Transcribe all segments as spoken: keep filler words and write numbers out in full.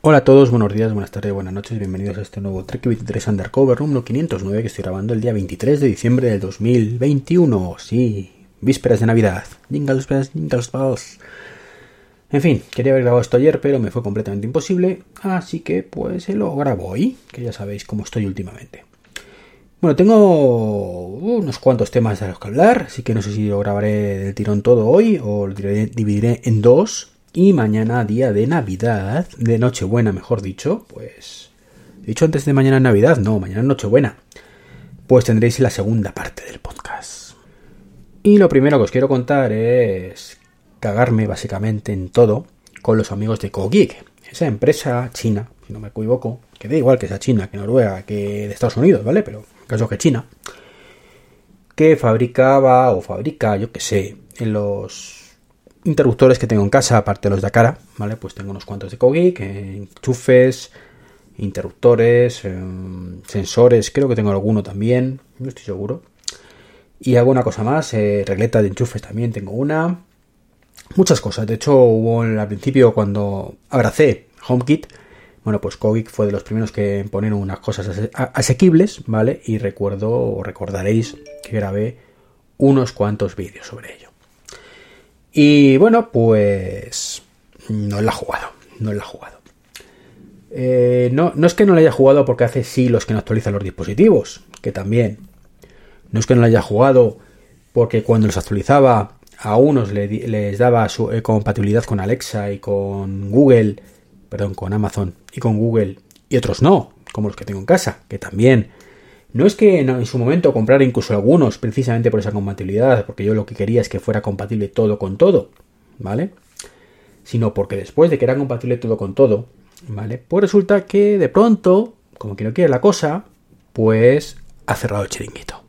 Hola a todos, buenos días, buenas tardes, buenas noches, bienvenidos a este nuevo Trek veintitrés Undercover número quinientos nueve que estoy grabando el día veintitrés de diciembre del dos mil veintiuno. Sí, vísperas de Navidad. Jingles bells, jingles bells. En fin, quería haber grabado esto ayer, pero me fue completamente imposible, así que pues se lo grabo hoy, que ya sabéis cómo estoy últimamente. Bueno, tengo unos cuantos temas de los que hablar, así que no sé si lo grabaré del tirón todo hoy o lo dividiré en dos. Y mañana, día de Navidad, de Nochebuena, mejor dicho, pues... He dicho antes de mañana Navidad, no, mañana Nochebuena. Pues tendréis la segunda parte del podcast. Y lo primero que os quiero contar es cagarme básicamente en todo con los amigos de CoGeek. Esa empresa china, si no me equivoco, que da igual que sea China, que Noruega, que de Estados Unidos, ¿vale? Pero en caso que China, que fabricaba o fabrica, yo qué sé, en los... interruptores que tengo en casa, aparte de los de Aqara, ¿vale? Pues tengo unos cuantos de CoGeek, enchufes, interruptores, eh, sensores, creo que tengo alguno también, no estoy seguro. Y alguna cosa más, eh, regleta de enchufes también tengo una. Muchas cosas, de hecho hubo al principio cuando abracé HomeKit, bueno pues CoGeek fue de los primeros que ponieron unas cosas ase- asequibles, ¿vale? Y recuerdo, o recordaréis que grabé unos cuantos vídeos sobre ello. Y bueno, pues no la he jugado, no la he jugado. Eh, no, no es que no la haya jugado porque hace siglos que no actualizan los dispositivos, que también. No es que no la haya jugado porque cuando los actualizaba a unos le, les daba su eh, compatibilidad con Alexa y con Google, perdón, con Amazon y con Google, y otros no, como los que tengo en casa, que también. No es que en su momento comprara incluso algunos precisamente por esa compatibilidad, porque yo lo que quería es que fuera compatible todo con todo, ¿vale? Sino porque después de que era compatible todo con todo, ¿vale? Pues resulta que de pronto, como que no quiere la cosa, pues ha cerrado el chiringuito.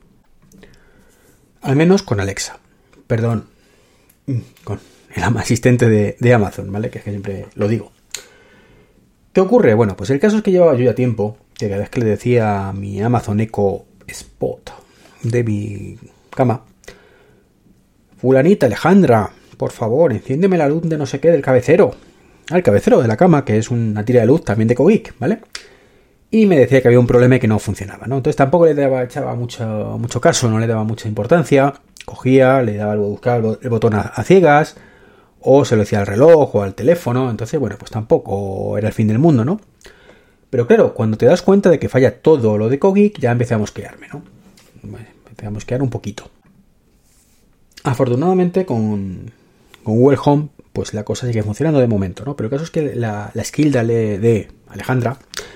Al menos con Alexa. Perdón, con el asistente de, de Amazon, ¿vale? Que es que siempre lo digo. ¿Qué ocurre? Bueno, pues el caso es que llevaba yo ya tiempo que cada vez que le decía a mi Amazon Echo Spot de mi cama, fulanita Alejandra, por favor, enciéndeme la luz de no sé qué del cabecero. Al cabecero de la cama, que es una tira de luz también de CoGeek, ¿vale? Y me decía que había un problema y que no funcionaba, ¿no? Entonces tampoco le daba, echaba mucho, mucho caso, no le daba mucha importancia. Cogía, le daba el, buscar el botón a, a ciegas, o se lo decía al reloj o al teléfono. Entonces, bueno, pues tampoco era el fin del mundo, ¿no? Pero claro, cuando te das cuenta de que falla todo lo de CoGeek, ya empecé a mosquearme, ¿no? Empecé a mosquear un poquito. Afortunadamente con, con Google Home, pues la cosa sigue funcionando de momento, ¿no? Pero el caso es que la, la skill de, de Alejandra,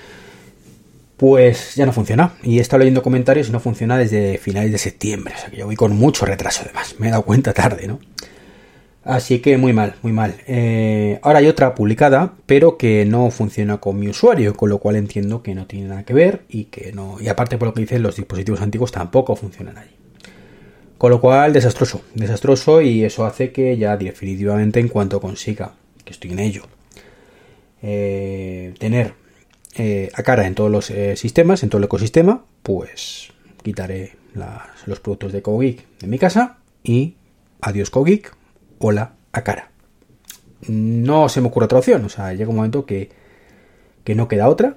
pues ya no funciona. Y he estado leyendo comentarios y no funciona desde finales de septiembre. O sea que yo voy con mucho retraso además. Me he dado cuenta tarde, ¿no? Así que muy mal, muy mal. Eh, ahora hay otra publicada, pero que no funciona con mi usuario, con lo cual entiendo que no tiene nada que ver y que no. Y aparte por lo que dicen, los dispositivos antiguos tampoco funcionan allí. Con lo cual, desastroso, desastroso, y eso hace que ya definitivamente en cuanto consiga, que estoy en ello, eh, tener eh, Aqara en todos los eh, sistemas, en todo el ecosistema, pues quitaré las, los productos de CoGeek de mi casa y adiós CoGeek. Hola Aqara. No se me ocurre otra opción, o sea, llega un momento que, que no queda otra.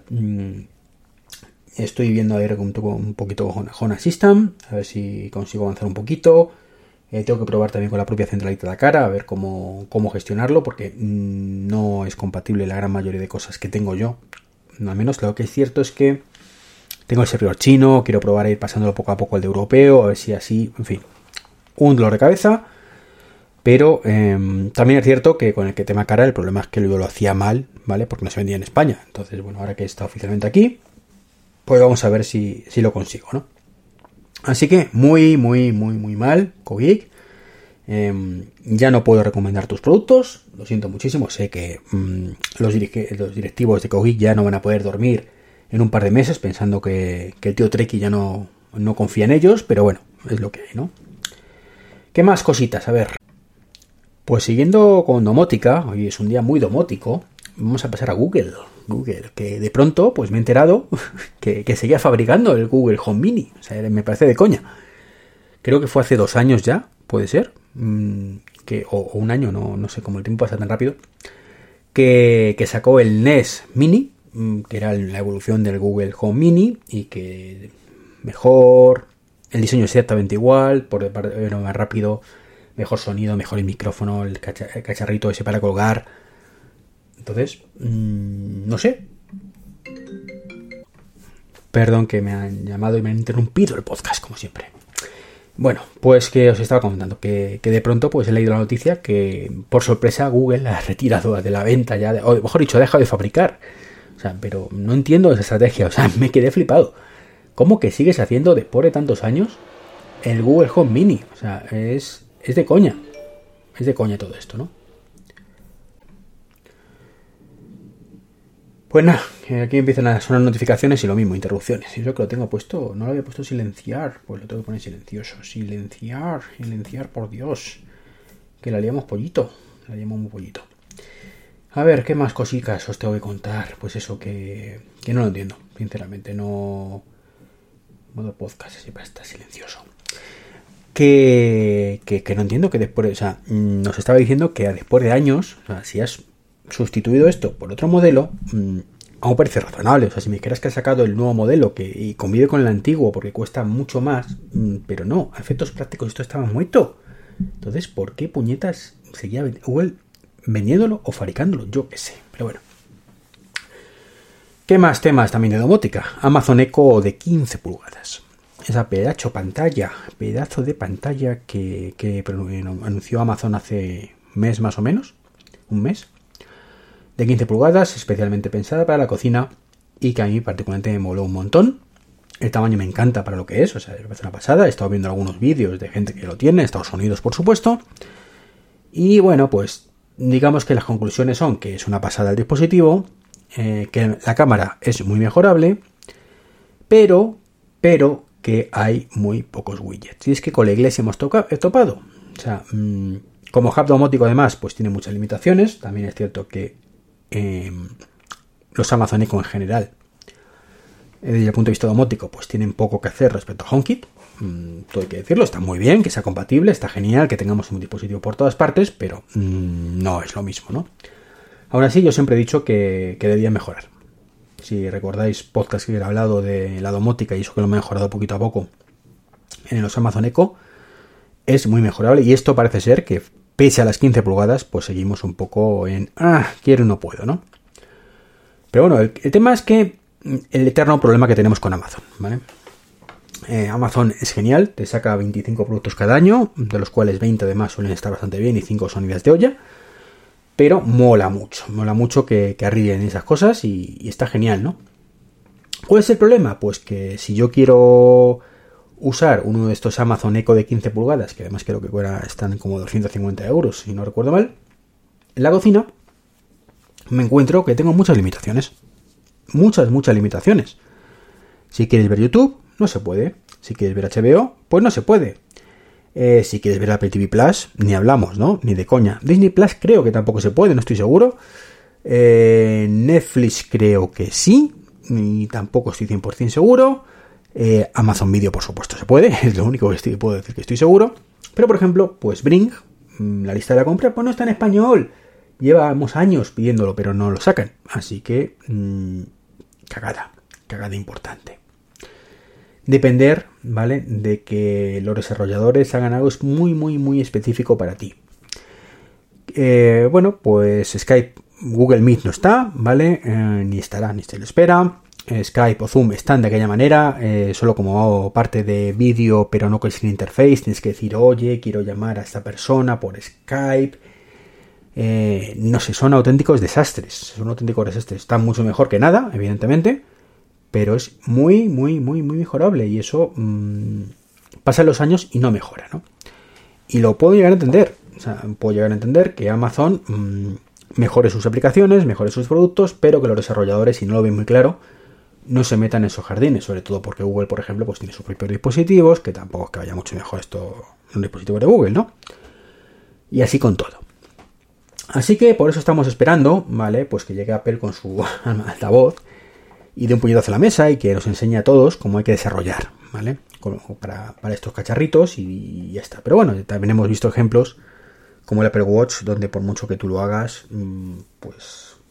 Estoy viendo a ver un, un poquito con Home Assistant, a ver si consigo avanzar un poquito. Eh, tengo que probar también con la propia centralita de Aqara, a ver cómo, cómo gestionarlo, porque no es compatible la gran mayoría de cosas que tengo yo. Al menos lo que es cierto es que tengo el servidor chino, quiero probar a ir pasándolo poco a poco al de europeo, a ver si así, en fin, un dolor de cabeza. Pero eh, también es cierto que con el que tema Aqara el problema es que yo lo hacía mal, ¿vale? Porque no se vendía en España. Entonces, bueno, ahora que está oficialmente aquí, pues vamos a ver si, si lo consigo, ¿no? Así que muy, muy, muy, muy mal, CoGeek. Eh, ya no puedo recomendar tus productos. Lo siento muchísimo. Sé que mmm, los, dirige- los directivos de CoGeek ya no van a poder dormir en un par de meses pensando que, que el tío Treki ya no, no confía en ellos. Pero bueno, es lo que hay, ¿no? ¿Qué más cositas? A ver. Pues siguiendo con domótica, hoy es un día muy domótico, vamos a pasar a Google. Google, que de pronto pues me he enterado que, que seguía fabricando el Google Home Mini. O sea, me parece de coña. Creo que fue hace dos años ya, puede ser. Mm, que, o, o un año, no, no sé cómo el tiempo pasa tan rápido. que, que sacó el Nest Mini, que era la evolución del Google Home Mini, y que mejor, el diseño es exactamente igual, por era más rápido, mejor sonido, mejor el micrófono, el, cacha, el cacharrito ese para colgar. Entonces, mmm, no sé. Perdón que me han llamado y me han interrumpido el podcast, como siempre. Bueno, pues que os estaba comentando que, que de pronto pues he leído la noticia que por sorpresa Google ha retirado de la venta ya, de, o mejor dicho, ha dejado de fabricar. O sea, pero no entiendo esa estrategia, o sea, me quedé flipado. ¿Cómo que sigues haciendo después de tantos años el Google Home Mini? O sea, es, es de coña. Es de coña todo esto, ¿no? Pues nada, aquí empiezan a sonar notificaciones y lo mismo, interrupciones. Y eso que lo tengo puesto, no lo había puesto silenciar, pues lo tengo que poner silencioso. Silenciar, silenciar, por Dios. Que la liamos pollito, la liamos muy pollito. A ver, ¿qué más cositas os tengo que contar? Pues eso que, que no lo entiendo, sinceramente, no... Modo podcast, siempre está silencioso. Que, que, que no entiendo que después, o sea, nos estaba diciendo que después de años, o sea, si has sustituido esto por otro modelo, mmm, aún parece razonable. O sea, si me dijeras que has sacado el nuevo modelo que y convive con el antiguo porque cuesta mucho más, mmm, pero no, a efectos prácticos esto estaba muerto. Entonces, ¿por qué puñetas seguía Google vendiéndolo o fabricándolo? Yo qué sé, pero bueno. ¿Qué más temas también de domótica? Amazon Echo de quince pulgadas. Esa pedazo pantalla, pedazo de pantalla que, que anunció Amazon hace un mes más o menos, un mes, de quince pulgadas, especialmente pensada para la cocina y que a mí particularmente me moló un montón. El tamaño me encanta para lo que es, o sea, me parece una pasada. He estado viendo algunos vídeos de gente que lo tiene, Estados Unidos por supuesto. Y bueno, pues digamos que las conclusiones son que es una pasada el dispositivo, eh, que la cámara es muy mejorable, pero, pero que hay muy pocos widgets. Y es que con la iglesia hemos toca, he topado. O sea, mmm, como hub domótico además, pues tiene muchas limitaciones. También es cierto que eh, los Amazon Echo en general, desde el punto de vista domótico, pues tienen poco que hacer respecto a HomeKit. Mm, todo hay que decirlo, está muy bien, que sea compatible, está genial, que tengamos un dispositivo por todas partes, pero mm, no es lo mismo, ¿no? Aún así, yo siempre he dicho que, que debía mejorar. Si recordáis podcast que he hablado de la domótica y eso que lo he mejorado poquito a poco en los Amazon Echo, es muy mejorable y esto parece ser que pese a las quince pulgadas, pues seguimos un poco en ah, quiero y no puedo, ¿no? Pero bueno, el, el tema es que el eterno problema que tenemos con Amazon, ¿vale? Eh, Amazon es genial, te saca veinticinco productos cada año, de los cuales veinte además suelen estar bastante bien y cinco son ideas de olla, pero mola mucho, mola mucho que, que arrillen esas cosas y, y está genial, ¿no? ¿Cuál es el problema? Pues que si yo quiero usar uno de estos Amazon Echo de quince pulgadas, que además creo que están como doscientos cincuenta euros, si no recuerdo mal, en la cocina me encuentro que tengo muchas limitaciones. Muchas, muchas limitaciones. Si quieres ver YouTube, no se puede. Si quieres ver H B O, pues no se puede. Eh, si quieres ver Apple T V Plus, ni hablamos, ¿no? Ni de coña. Disney Plus creo que tampoco se puede, no estoy seguro. Eh, Netflix creo que sí, y tampoco estoy cien por ciento seguro. Eh, Amazon Video, por supuesto, se puede, es lo único que estoy, puedo decir que estoy seguro. Pero, por ejemplo, pues Bring, la lista de la compra, pues no está en español. Llevamos años pidiéndolo, pero no lo sacan. Así que, mmm, cagada, cagada importante. Depender, ¿vale?, de que los desarrolladores hagan algo es muy, muy, muy específico para ti. Eh, bueno, pues Skype, Google Meet no está, ¿vale? Eh, ni estará, ni se lo espera. Eh, Skype o Zoom están de aquella manera, eh, solo como parte de vídeo, pero no con sin interface. Tienes que decir, oye, quiero llamar a esta persona por Skype. Eh, no sé, son auténticos desastres. Son auténticos desastres. Están mucho mejor que nada, evidentemente. Pero es muy, muy, muy, muy mejorable. Y eso mmm, pasan los años y no mejora, ¿no? Y lo puedo llegar a entender. O sea, puedo llegar a entender que Amazon mmm, mejore sus aplicaciones, mejore sus productos, pero que los desarrolladores, si no lo ven muy claro, no se metan en esos jardines. Sobre todo porque Google, por ejemplo, pues tiene sus propios dispositivos, que tampoco es que vaya mucho mejor esto en un dispositivo de Google, ¿no? Y así con todo. Así que por eso estamos esperando, ¿vale? Pues que llegue Apple con su altavoz y dé un puñetazo a la mesa y que nos enseñe a todos cómo hay que desarrollar, ¿vale? Para, para estos cacharritos y ya está. Pero bueno, también hemos visto ejemplos como el Apple Watch, donde por mucho que tú lo hagas, pues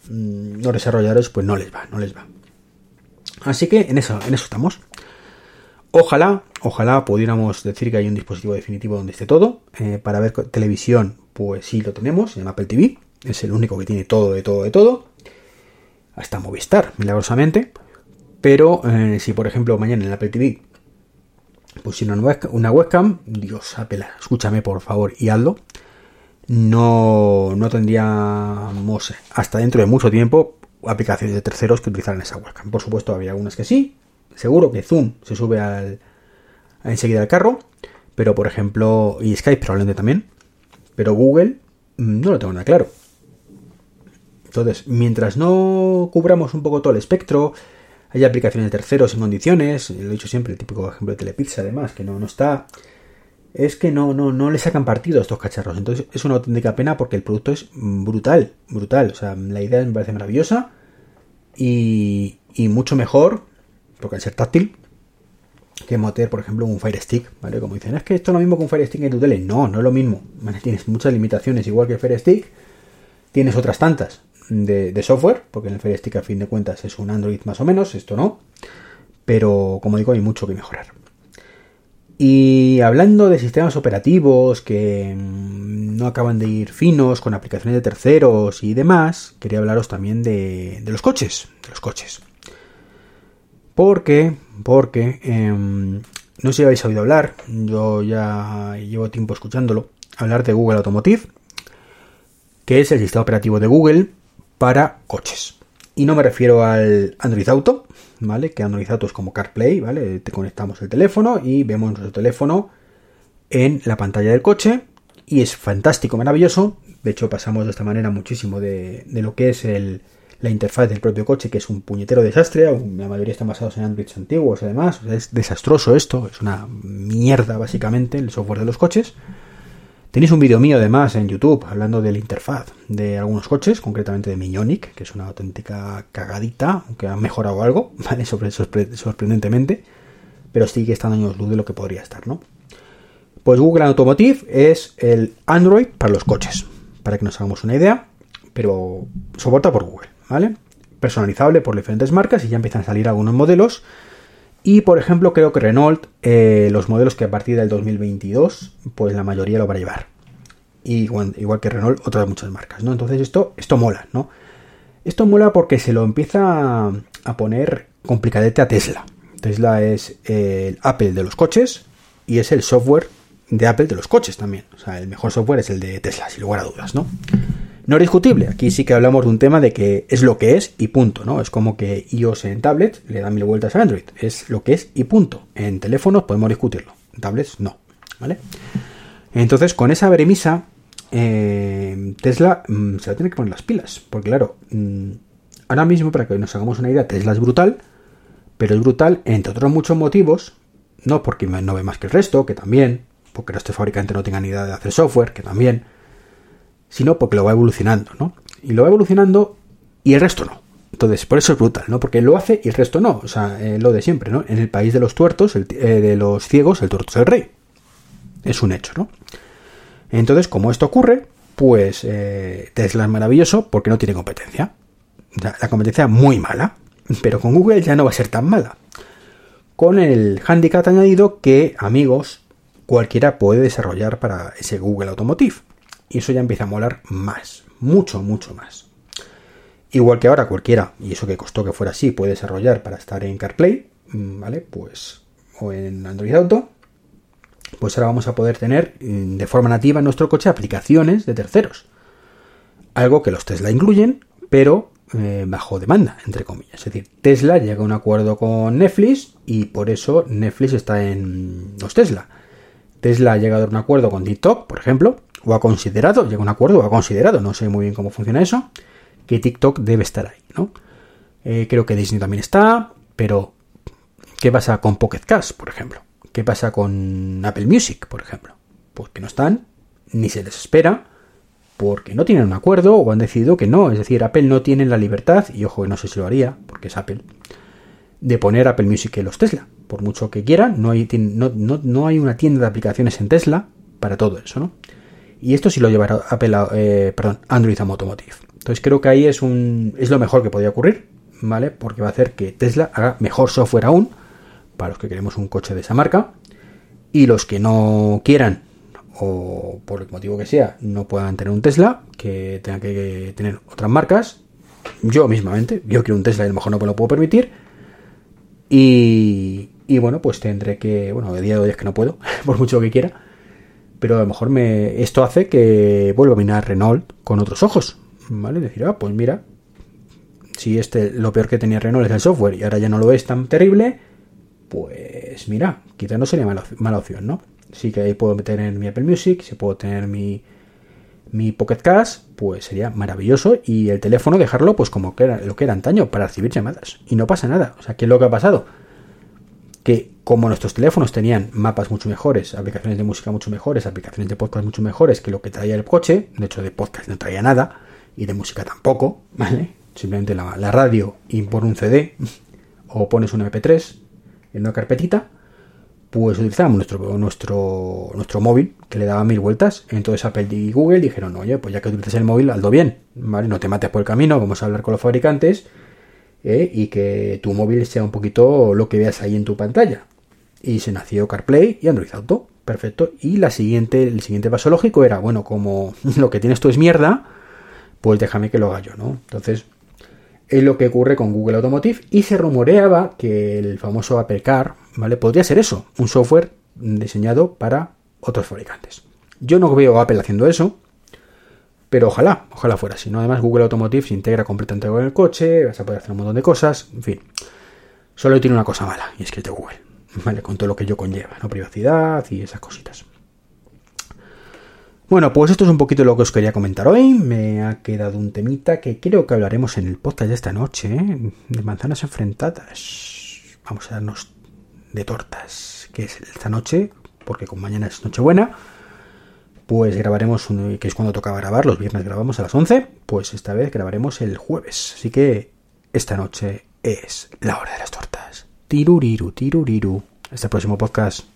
mmm, los desarrolladores pues no les va, no les va. Así que en eso, en eso estamos. Ojalá, ojalá pudiéramos decir que hay un dispositivo definitivo donde esté todo. Eh, para ver televisión, pues sí lo tenemos en Apple T V. Es el único que tiene todo, de todo, de todo. Hasta Movistar, milagrosamente. Pero eh, si por ejemplo mañana en el Apple T V pusieron una webcam, una webcam, Dios, Apple, escúchame por favor y hazlo. No, no tendríamos hasta dentro de mucho tiempo aplicaciones de terceros que utilizaran esa webcam. Por supuesto, había algunas que sí. Seguro que Zoom se sube al, enseguida al carro. Pero, por ejemplo, y Skype probablemente también. Pero Google no lo tengo nada claro. Entonces, mientras no cubramos un poco todo el espectro, hay aplicaciones de terceros en condiciones. Lo he dicho siempre, el típico ejemplo de Telepizza, además, que no, no está... Es que no, no, no le sacan partido a estos cacharros. Entonces es una auténtica pena porque el producto es brutal, brutal. O sea, la idea me parece maravillosa y, y mucho mejor, porque al ser táctil, que meter, por ejemplo, un Fire Stick, ¿vale? Como dicen, es que esto es lo mismo que un Fire Stick en tu tele. No, no es lo mismo. ¿Vale? Tienes muchas limitaciones, igual que el Fire Stick. Tienes otras tantas de, de software, porque en el Fire Stick a fin de cuentas es un Android más o menos, esto no. Pero, como digo, hay mucho que mejorar. Y hablando de sistemas operativos que no acaban de ir finos con aplicaciones de terceros y demás, quería hablaros también de, de los coches, de los coches. Porque, porque, eh, no sé si habéis oído hablar, yo ya llevo tiempo escuchándolo, hablar de Google Automotive, que es el sistema operativo de Google para coches. Y no me refiero al Android Auto, ¿vale? Que Android Auto es como CarPlay, ¿vale? Te conectamos el teléfono y vemos nuestro teléfono en la pantalla del coche y es fantástico, maravilloso. De hecho, pasamos de esta manera muchísimo de, de lo que es el, la interfaz del propio coche, que es un puñetero desastre. La mayoría están basados en Androids antiguos, además. O sea, es desastroso esto, es una mierda, básicamente, el software de los coches. Tenéis un vídeo mío, además, en YouTube, hablando de la interfaz de algunos coches, concretamente de Miñonic, que es una auténtica cagadita, aunque ha mejorado algo, ¿vale? Sobre, sorpre- sorprendentemente, pero sigue estando años luz de lo que podría estar, ¿no? Pues Google Automotive es el Android para los coches, para que nos hagamos una idea, pero soporta por Google, ¿vale? Personalizable por diferentes marcas y ya empiezan a salir algunos modelos. Y, por ejemplo, creo que Renault, eh, los modelos que a partir del dos mil veintidós, pues la mayoría lo van a llevar. Y, igual, igual que Renault, otras muchas marcas, ¿no? Entonces esto, esto mola, ¿no? Esto mola porque se lo empieza a poner complicadete a Tesla. Tesla es el Apple de los coches y es el software de Apple de los coches también. O sea, el mejor software es el de Tesla, sin lugar a dudas, ¿no? No es discutible, aquí sí que hablamos de un tema de que es lo que es y punto, ¿no? Es como que iOS en tablet le da mil vueltas a Android, es lo que es y punto. En teléfonos podemos discutirlo, en tablets no, ¿vale? Entonces, con esa premisa, eh, Tesla mmm, se va a tener que poner las pilas, porque claro, mmm, ahora mismo, para que nos hagamos una idea, Tesla es brutal, pero es brutal, entre otros muchos motivos, no porque no ve más que el resto, que también, porque el resto de fabricantes no tengan ni idea de hacer software, que también, sino porque lo va evolucionando, ¿no? Y lo va evolucionando y el resto no. Entonces, por eso es brutal, ¿no? Porque lo hace y el resto no. O sea, eh, lo de siempre, ¿no? En el país de los tuertos, el, eh, de los ciegos, el tuerto es el rey. Es un hecho, ¿no? Entonces, como esto ocurre, pues eh, Tesla es maravilloso porque no tiene competencia. O sea, la competencia muy mala, pero con Google ya no va a ser tan mala. Con el handicap añadido que, amigos, cualquiera puede desarrollar para ese Google Automotive. Y eso ya empieza a molar más, mucho, mucho más. Igual que ahora cualquiera, y eso que costó que fuera así, puede desarrollar para estar en CarPlay, ¿vale? Pues, o en Android Auto, pues ahora vamos a poder tener de forma nativa en nuestro coche aplicaciones de terceros. Algo que los Tesla incluyen, pero eh, bajo demanda, entre comillas. Es decir, Tesla llega a un acuerdo con Netflix y por eso Netflix está en los Tesla. Tesla ha llegado a un acuerdo con TikTok, por ejemplo, o ha considerado, llega a un acuerdo o ha considerado, no sé muy bien cómo funciona eso, que TikTok debe estar ahí, ¿no? Eh, creo que Disney también está, pero ¿qué pasa con Pocket Cast, por ejemplo? ¿Qué pasa con Apple Music, por ejemplo? Pues que no están, ni se les espera, porque no tienen un acuerdo o han decidido que no. Es decir, Apple no tiene la libertad, y ojo que no sé si lo haría, porque es Apple, de poner Apple Music en los Tesla. Por mucho que quieran, no hay, no, no, no hay una tienda de aplicaciones en Tesla para todo eso, ¿no? Y esto sí lo llevará Apple, eh, perdón, Android Automotive. Entonces creo que ahí es un es lo mejor que podría ocurrir, ¿vale? Porque va a hacer que Tesla haga mejor software aún, para los que queremos un coche de esa marca, y los que no quieran, o por el motivo que sea, no puedan tener un Tesla, que tengan que tener otras marcas. Yo mismamente, yo quiero un Tesla y a lo mejor no me lo puedo permitir. Y, y bueno, pues tendré que, bueno, de día de hoy es que no puedo, por mucho que quiera, pero a lo mejor me esto hace que vuelva a mirar Renault con otros ojos, ¿vale? Decir, ah, pues mira, si este lo peor que tenía Renault es el software y ahora ya no lo es tan terrible, pues mira, quizás no sería mala, mala opción, ¿no? Sí que ahí puedo tener mi Apple Music, si puedo tener mi, mi Pocket Cash, pues sería maravilloso, y el teléfono dejarlo pues como que era, lo que era antaño, para recibir llamadas, y no pasa nada. O sea, ¿qué es lo que ha pasado? Que como nuestros teléfonos tenían mapas mucho mejores, aplicaciones de música mucho mejores, aplicaciones de podcast mucho mejores que lo que traía el coche, de hecho de podcast no traía nada, y de música tampoco, ¿vale? Simplemente la, la radio y por un C D, o pones un eme pe tres en una carpetita, pues utilizábamos nuestro, nuestro, nuestro móvil, que le daba mil vueltas. Entonces Apple y Google dijeron, oye, pues ya que utilizas el móvil, hazlo bien, ¿vale? No te mates por el camino, vamos a hablar con los fabricantes, ¿eh? Y que tu móvil sea un poquito lo que veas ahí en tu pantalla. Y se nació CarPlay y Android Auto, perfecto. Y la siguiente, el siguiente paso lógico era, bueno, como lo que tienes tú es mierda, pues déjame que lo haga yo, ¿no? Entonces, es lo que ocurre con Google Automotive, y se rumoreaba que el famoso Apple Car, ¿vale? Podría ser eso, un software diseñado para otros fabricantes. Yo no veo a Apple haciendo eso, pero ojalá, ojalá fuera así, ¿no? Además, Google Automotive se integra completamente con el coche, vas a poder hacer un montón de cosas, en fin. Solo tiene una cosa mala, y es que es de Google, ¿vale? Con todo lo que ello conlleva, ¿no? Privacidad y esas cositas. Bueno, pues esto es un poquito lo que os quería comentar hoy. Me ha quedado un temita que creo que hablaremos en el podcast de esta noche, ¿eh? De manzanas enfrentadas. Vamos a darnos de tortas, que es esta noche, porque como mañana es Nochebuena, pues grabaremos, un, que es cuando toca grabar, los viernes grabamos a las once, pues esta vez grabaremos el jueves. Así que esta noche es la hora de las tortas. Tiruriru, tiruriru. Hasta el próximo podcast.